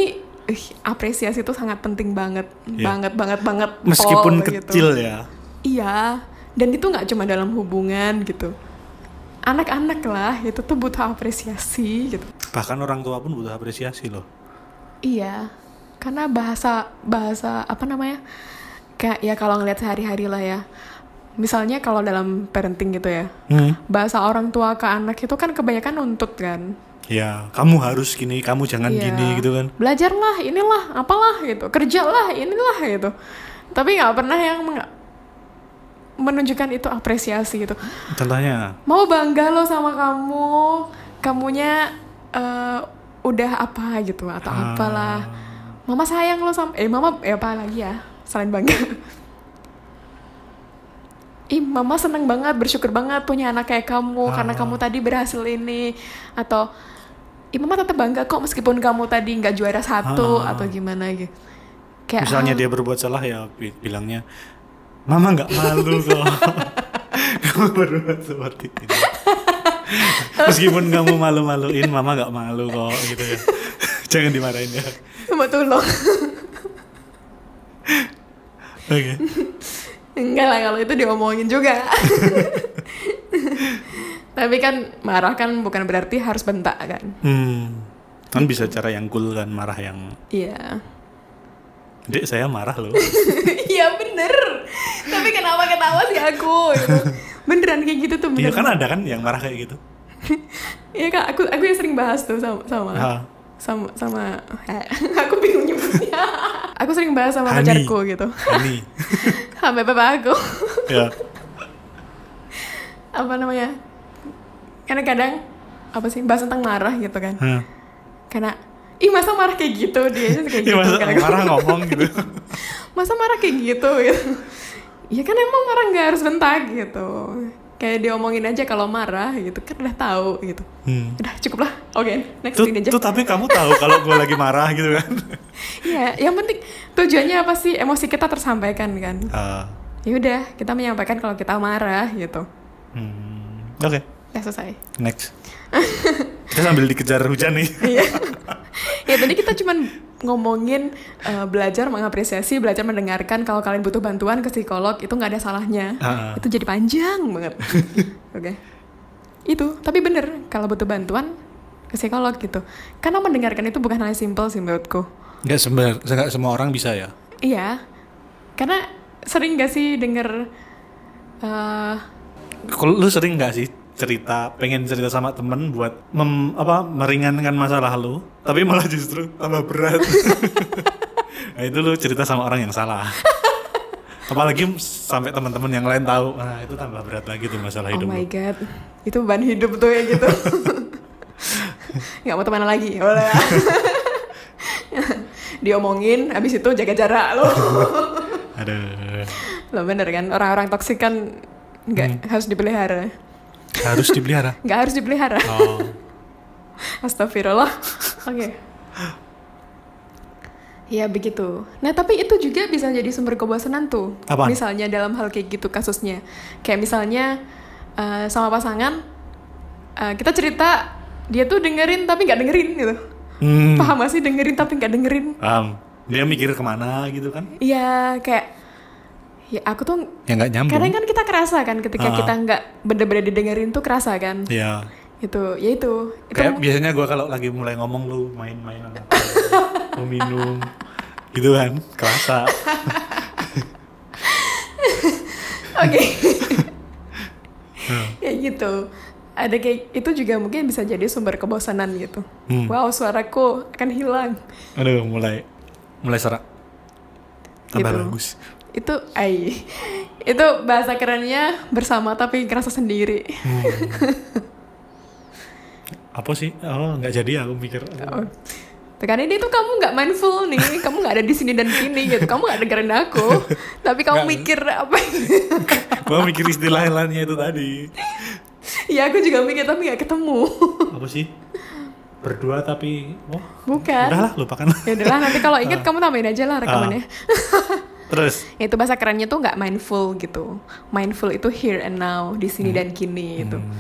ih, apresiasi itu sangat penting banget, Yeah. banget banget banget. Meskipun Pol, kecil gitu. ya. Iya, dan itu nggak cuma dalam hubungan gitu. Anak-anak lah itu tuh butuh apresiasi gitu. Bahkan orang tua pun butuh apresiasi loh. Iya, karena bahasa bahasa apa namanya? Kayak ya kalau ngeliat sehari-hari lah ya. Misalnya kalau dalam parenting gitu ya, hmm. bahasa orang tua ke anak itu kan kebanyakan nuntut kan. Ya, kamu harus gini, kamu jangan Iya. gini gitu kan. Belajarlah, inilah, apalah gitu. Kerjalah, inilah gitu. Tapi nggak pernah yang meng- menunjukkan itu apresiasi gitu. Contohnya? Mau bangga lo sama kamu, kamunya uh, udah apa gitu atau Ah. apalah. Mama sayang lo sama, eh mama, eh apa lagi ya selain bangga. Ih, mama seneng banget, bersyukur banget punya anak kayak kamu Ah. karena kamu tadi berhasil ini. Atau Ih, mama tetap bangga kok meskipun kamu tadi nggak juara satu Ah. atau gimana gitu. Kayak Misalnya hal- dia berbuat salah ya bi- bilangnya, Mama nggak malu kok. Kamu berbuat seperti ini. Meskipun kamu malu-maluin, Mama nggak malu kok gitu ya. Jangan dimarahin ya. Cuma tolong. Oke. Enggak lah kalau itu diomongin juga. Tapi kan marah kan bukan berarti harus bentak kan. Hmm. Kan bisa cara yang cool kan, marah yang, Iya. Dek saya marah loh. Iya bener. Tapi kenapa ketawa sih aku gitu. Beneran kayak gitu tuh Iya beneran. kan ada kan yang marah kayak gitu. Iya kak, aku aku yang sering bahas tuh sama sama Ah. sama sama eh, aku bingung nyebutnya. Aku sering bahas sama Hani. pacarku gitu. Ani. Sampai papa aku. Ya. Apa namanya? Karena kadang apa sih bahas tentang marah gitu kan. Hah. Karena ih masa marah kayak gitu dia aja kayak Ya gitu masa kan aku. marah ngomong gitu. Masa marah kayak gitu gitu. Ya kan emang marah nggak harus bentak gitu. Kayak diomongin aja kalau marah gitu kan udah tahu gitu. Hmm. Udah cukup lah. Oke, next Tuh, ini aja. tuh tapi kamu tahu kalau gue lagi marah gitu kan. Iya, yang penting tujuannya apa sih? Emosi kita tersampaikan kan. Ah. Ya udah, kita menyampaikan kalau kita marah gitu. Hmm. Oke, Udah selesai. next. Kita sambil dikejar hujan nih. Iya. Ya tadi kita cuman ngomongin uh, belajar mengapresiasi, belajar mendengarkan. Kalau kalian butuh bantuan ke psikolog itu nggak ada salahnya. Ah. Itu jadi panjang banget. Oke. Itu, tapi bener kalau butuh bantuan ke psikolog gitu. Karena mendengarkan itu bukan hal yang simple sih menurutku. Nggak sembar, nggak semua orang bisa ya. Iya. Karena sering gak sih denger uh, Kalau lu sering nggak sih cerita, pengen cerita sama temen buat mem, apa meringankan masalah lu, tapi malah justru tambah berat. Nah itu lu cerita sama orang yang salah. Apalagi sampai teman-teman yang lain tahu, nah itu tambah berat lagi tuh masalah oh hidup my lu. god, itu beban hidup tuh ya gitu. Nggak mau temenan lagi, boleh. Diomongin, abis itu jaga jarak lo. Aduh. Lo bener kan, orang-orang toksik kan nggak Hmm. harus dipelihara, Harus dipelihara. nggak harus dipelihara. Oh. Astagfirullah. Oke. Ya begitu. Nah tapi itu juga bisa jadi sumber kebosanan tuh. Apaan? Misalnya dalam hal kayak gitu kasusnya. Kayak misalnya uh, sama pasangan uh, kita cerita dia tuh dengerin tapi nggak dengerin gitu. Hmm. Paham gak sih dengerin tapi nggak dengerin? Paham. Dia mikir kemana gitu kan? Iya kayak ya aku tuh Ya nggak nyambung. kadang kan kita kerasa kan ketika Ah. kita nggak bener-bener didengerin tuh kerasa kan. Ya. Itu ya itu. Itu Kayak biasanya gue kalau lagi mulai ngomong lu main-main sama aku, mau minum gitu kan, kerasa. Oke. Hmm. Ya gitu. Ada kayak itu juga mungkin bisa jadi sumber kebosanan gitu. Hmm. Wow, suaraku akan hilang. Aduh, mulai mulai serak. Tambah Gitu. bagus. Itu ai. Itu bahasa kerennya bersama tapi ngerasa sendiri. Hmm. Apa sih? Oh, nggak jadi aku mikir. Oh. Tekan ini tuh kamu nggak mindful nih, kamu nggak ada di sini dan kini gitu, kamu nggak dengerin aku, tapi kamu Nggak. mikir apa? Gue mikir istilah lainnya itu tadi. Ya aku juga mikir tapi nggak ketemu. Apa sih? Berdua tapi, oh, Bukan. udahlah lupakan. Ya udahlah nanti kalau ingat kamu tambahin aja lah rekamannya. Terus, Itu bahasa kerennya tuh nggak mindful gitu. Mindful itu here and now, di sini dan kini gitu. hmm,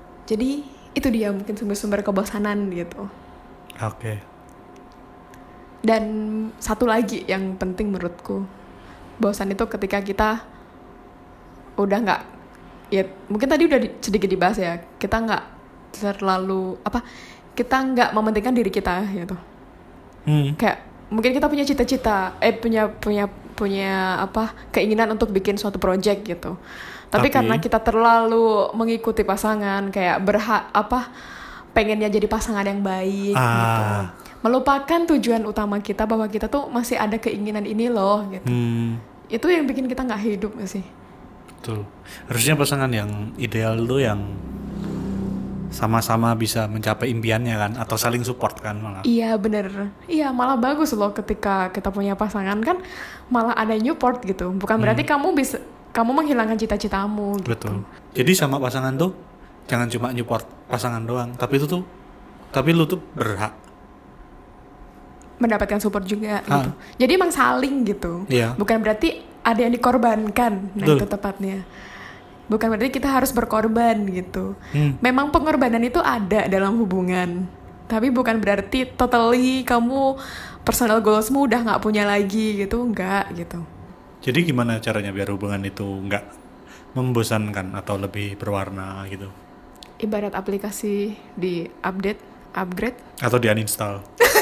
Jadi itu dia mungkin sumber-sumber kebosanan gitu. oke. Dan satu lagi yang penting menurutku, bosan itu ketika kita udah nggak, ya mungkin tadi udah di, sedikit dibahas ya, kita nggak terlalu apa, kita nggak mementingkan diri kita gitu. Hmm. Kayak mungkin kita punya cita-cita, eh punya punya punya apa keinginan untuk bikin suatu project gitu. Tapi, Tapi karena kita terlalu mengikuti pasangan, kayak berhak apa pengennya jadi pasangan yang baik ah. gitu. Melupakan tujuan utama kita bahwa kita tuh masih ada keinginan ini loh gitu. Hmm. Itu yang bikin kita nggak hidup gak sih? Betul. Harusnya pasangan yang ideal tuh yang sama-sama bisa mencapai impiannya kan, atau saling support kan malah. Iya bener. Iya malah bagus loh ketika kita punya pasangan kan malah ada support gitu. Bukan berarti hmm. kamu bisa kamu menghilangkan cita-citamu gitu. Betul. Jadi sama pasangan tuh jangan cuma support pasangan doang, tapi itu tuh tapi lu tuh berhak mendapatkan support juga ha. gitu. Jadi emang saling gitu. Iya. Bukan berarti ada yang dikorbankan. Nah Betul. Itu tepatnya. Bukan berarti kita harus berkorban gitu. Hmm. Memang pengorbanan itu ada dalam hubungan. Tapi bukan berarti totally kamu personal goalsmu udah gak punya lagi gitu. Enggak gitu. Jadi gimana caranya biar hubungan itu gak membosankan atau lebih berwarna gitu? Ibarat aplikasi di update, upgrade. Atau di uninstall.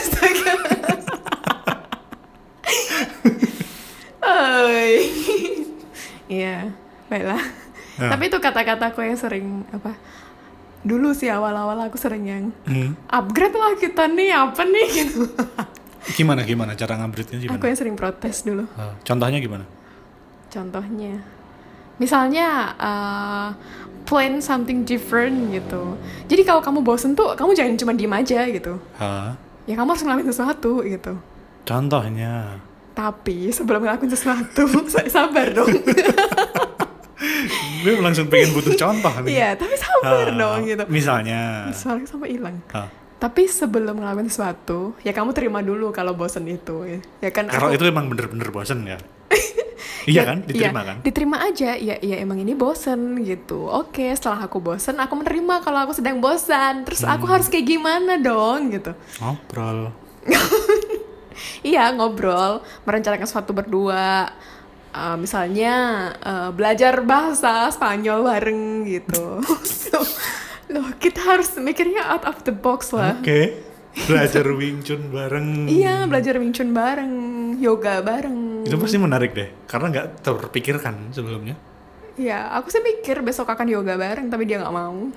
Iya, baiklah. Ya. Tapi itu kata-kataku yang sering apa? Dulu sih awal-awal aku sering yang hmm. upgrade lah kita nih apa nih gitu. Gimana gimana cara ngupgrade-nya gimana? Aku yang sering protes dulu. Uh, contohnya gimana? Contohnya, misalnya uh, plan something different gitu. Jadi kalau kamu bosen tuh, kamu jangan cuma diem aja gitu. Hah? Ya kamu harus ngelakuin sesuatu gitu. Contohnya? Tapi sebelum ngelakuin sesuatu, saya sabar dong. Gue langsung pengen butuh contoh nih. Iya, tapi sabar uh, dong gitu. Misalnya. Soalnya sampai hilang. Uh. Tapi sebelum ngelakuin sesuatu, ya kamu terima dulu kalau bosen itu. Ya, ya kan. Kalau aku... itu emang bener-bener bosen ya. Iya kan, diterima ya, kan? Diterima aja, ya, ya emang ini bosen gitu. Oke, setelah aku bosen, aku menerima kalau aku sedang bosan. Terus hmm. aku harus kayak gimana dong gitu. Ngobrol. Iya, ngobrol, merencanakan sesuatu berdua. Uh, misalnya uh, belajar bahasa Spanyol bareng gitu. so, loh, kita harus mikirnya out of the box lah. Oke. Okay. Belajar Wing Chun bareng. Iya, belajar Wing Chun bareng, yoga bareng. Itu pasti menarik deh, karena nggak terpikirkan sebelumnya. Iya, aku sih mikir besok akan yoga bareng, tapi dia nggak mau.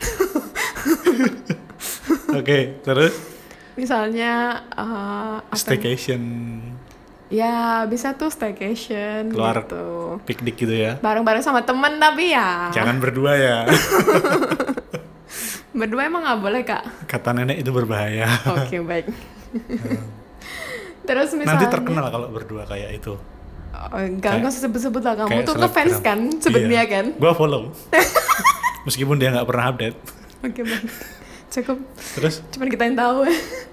Oke, okay, terus? Misalnya uh, staycation. Ya, bisa tuh staycation. Keluar gitu. Piknik gitu ya. Bareng-bareng sama temen tapi ya. Jangan berdua ya. Berdua emang gak boleh, Kak? Kata nenek itu berbahaya. Oke, okay, baik. Terus misalnya nanti terkenal kalau berdua kayak itu. Oh, enggak, enggak usah sebut-sebut lah. Kamu tuh ngefans kan sebenarnya iya. kan? Gua follow. Meskipun dia gak pernah update. Oke, okay, baik. Cukup. Terus? Cuman kita yang tahu.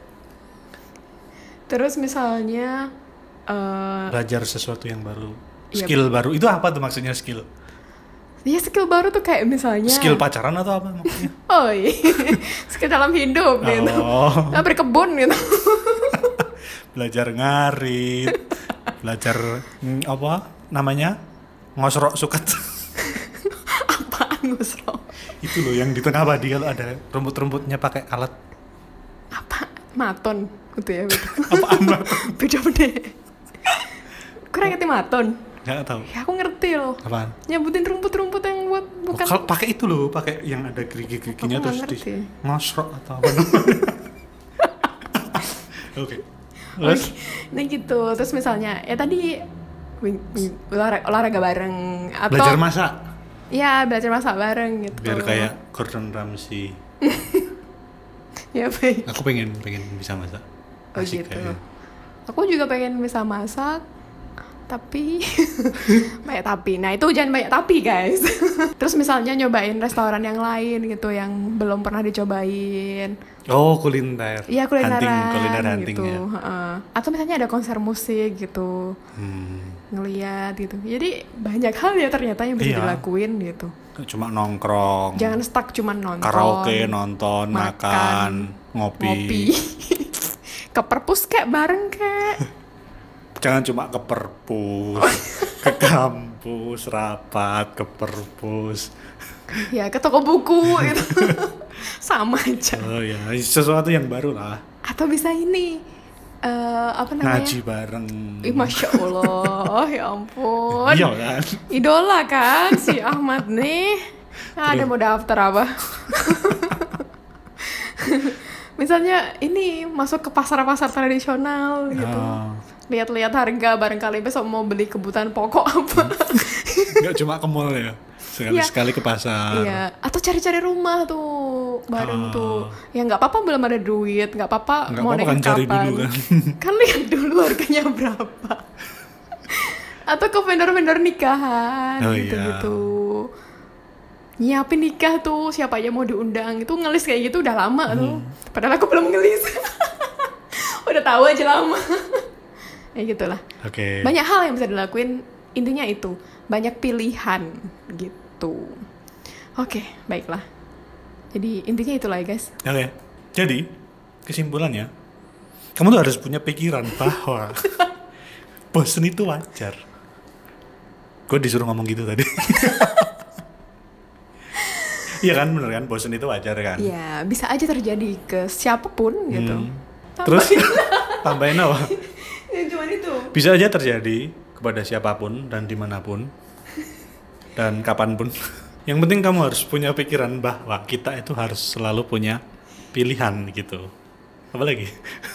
Terus misalnya uh, belajar sesuatu yang baru. Skill iya, baru. Itu apa tuh maksudnya skill? Ya skill baru tuh kayak misalnya skill pacaran atau apa maksudnya? Oh iya, skill dalam hidup gitu. Oh. Nah, berkebun gitu. Belajar ngarit, belajar hmm, apa namanya? Ngosrok suket. Apaan ngosrok? Itu loh yang di tengah badi kalau ada rumput-rumputnya pakai alat. Apa? Maton gitu ya. Apaan maton? Beda deh. Kurang ngerti maton. Nggak tahu. Ya aku ngerti loh. Apaan? Nyebutin rumput-rumput yang buat bukan. Oh, kalau pakai itu loh, pakai yang ada gerigi-geriginya terus di ngosrok atau apa namanya. Oke. Okay. Terus? Okay. Nah gitu. Terus misalnya ya tadi olahraga, olahraga bareng atau belajar masak. Iya, belajar masak bareng gitu. Biar kayak Gordon Ramsay. Ya baik. Aku pengen pengen bisa masak. Oh Asik gitu. Kayak. Aku juga pengen bisa masak. Tapi banyak tapi. Nah itu jangan banyak tapi guys. Terus misalnya nyobain restoran yang lain gitu yang belum pernah dicobain. Oh kuliner. Iya kulineran hunting, kuliner hunting gitu. Ya. Uh-uh. Atau misalnya ada konser musik gitu. Hmm. Ngeliat gitu. Jadi banyak hal ya ternyata yang bisa iya. dilakuin gitu. Cuma nongkrong. Jangan stuck cuma nonton. Karaoke, nonton, makan, makan ngopi. ngopi. Ke ke perpus kek bareng kek. Jangan cuma ke perpus, ke kampus, rapat, ke perpus. Ya ke toko buku itu. Sama aja. Oh ya, sesuatu yang baru lah. Atau bisa ini uh, apa namanya? Ngaji bareng. Ih, Masya Allah, ya ampun. Iya kan? Idola kan si Ahmad nih. Nah, ada mau daftar apa? Misalnya ini masuk ke pasar-pasar tradisional gitu. Oh. Lihat-lihat harga, barangkali besok mau beli kebutuhan pokok apa. Nggak cuma ke mall ya, sekali-sekali ke pasar. Iya, atau cari-cari rumah tuh bareng Oh. tuh. Ya nggak apa-apa belum ada duit, nggak apa-apa Nggak mau apa-apa naik kan, cari kapan. dulu kan. Kan lihat dulu harganya berapa. Atau ke vendor-vendor nikahan Oh, gitu-gitu. Nyiapin nikah tuh, siapa aja mau diundang. Itu ngelis kayak gitu udah lama tuh. Padahal aku belum ngelis. Udah tahu aja lama. Ya gitulah. Oke. Banyak hal yang bisa dilakuin, intinya itu banyak pilihan gitu. Oke, baiklah. Jadi intinya itulah ya guys. Oke. Jadi kesimpulannya, kamu tuh harus punya pikiran bahwa bosen itu wajar. Gue disuruh ngomong gitu tadi. Iya kan, bener kan, bosen itu wajar kan. Ya bisa aja terjadi ke siapapun gitu. Hmm. Terus tambahin apa? Ya cuma itu. Bisa aja terjadi kepada siapapun dan dimanapun dan kapanpun. Yang penting kamu harus punya pikiran bahwa kita itu harus selalu punya pilihan gitu. Apa lagi?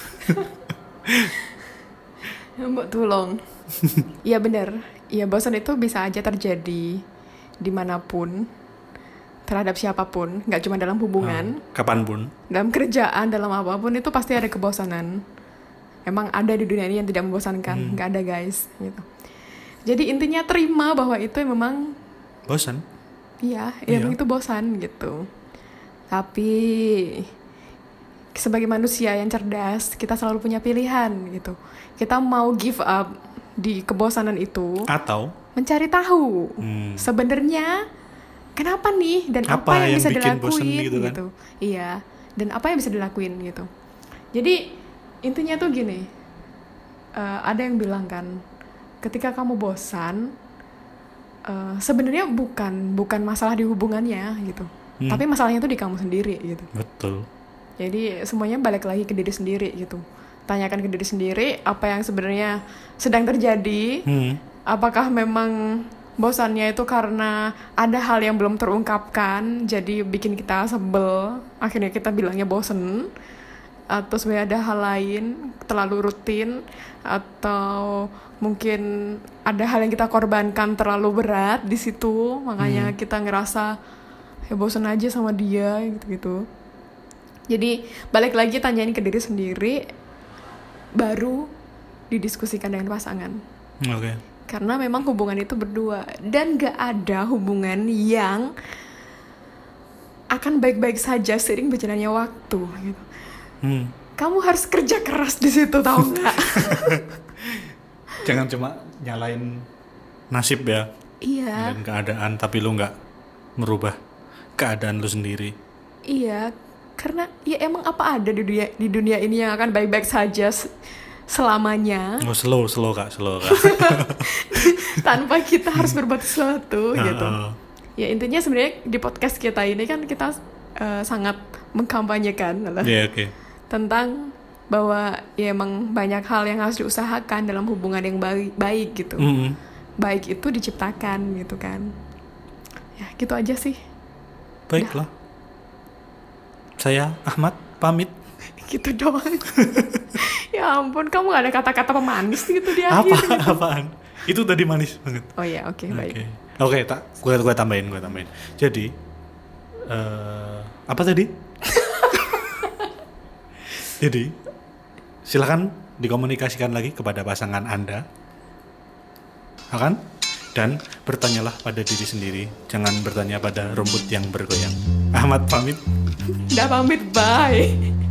Mbak tolong. Iya benar. Iya bosan itu bisa aja terjadi dimanapun, terhadap siapapun, nggak cuma dalam hubungan, Hmm, kapanpun. dalam kerjaan, dalam apapun itu pasti ada kebosanan. Emang ada di dunia ini yang tidak membosankan, nggak ada guys. Gitu. Jadi intinya terima bahwa itu memang Bosan. iya, Iya. emang itu bosan gitu. Tapi sebagai manusia yang cerdas, kita selalu punya pilihan gitu. Kita mau give up di kebosanan itu, Atau mencari tahu hmm, sebenarnya kenapa nih dan apa, Apa yang, yang bisa bikin dilakuin bosen gitu, gitu kan? Iya, dan apa yang bisa dilakuin gitu. Jadi intinya tuh gini, eh, ada yang bilang kan, ketika kamu bosan, eh, sebenarnya bukan bukan masalah di hubungannya gitu, Hmm. tapi masalahnya tuh di kamu sendiri gitu. betul. Jadi semuanya balik lagi ke diri sendiri gitu. Tanyakan ke diri sendiri apa yang sebenarnya sedang terjadi. Hmm. Apakah memang bosannya itu karena ada hal yang belum terungkapkan, jadi bikin kita sebel, akhirnya kita bilangnya bosen, atau sebenarnya ada hal lain, terlalu rutin, atau mungkin ada hal yang kita korbankan terlalu berat di situ, makanya Hmm. kita ngerasa ya bosen aja sama dia gitu-gitu. Jadi balik lagi tanyain ke diri sendiri, baru didiskusikan dengan pasangan. Oke. Karena memang hubungan itu berdua, dan gak ada hubungan yang akan baik-baik saja seiring berjalannya waktu gitu. Hmm. Kamu harus kerja keras di situ, tau nggak? Jangan cuma nyalain nasib ya Iya, dan keadaan, tapi lu nggak merubah keadaan lu sendiri. iya. Karena ya emang apa ada di dunia di dunia ini yang akan baik-baik saja se- selamanya Oh, slow, slow kak, slow kak. tanpa kita harus berbuat sesuatu gitu. Heeh. Ya intinya sebenarnya di podcast kita ini kan kita eh, sangat mengkampanyekan lah. Iya, oke. Tentang bahwa ya emang banyak hal yang harus diusahakan dalam hubungan yang baik, baik gitu. Mm-mm. Baik itu diciptakan gitu kan. Ya gitu aja sih. Baiklah. Saya Ahmad pamit. Gitu doang. Ya ampun, kamu gak ada kata-kata pemanis gitu di Apa? akhir gitu. Apaan? Itu tadi manis banget. Oh iya, oke, baik. Oke. Oke, tak gue gue tambahin, gue tambahin. Jadi eh apa tadi? Jadi silakan dikomunikasikan lagi kepada pasangan Anda. Akan dan bertanyalah pada diri sendiri, jangan bertanya pada rumput yang bergoyang. Ahmad pamit. Udah pamit, bye.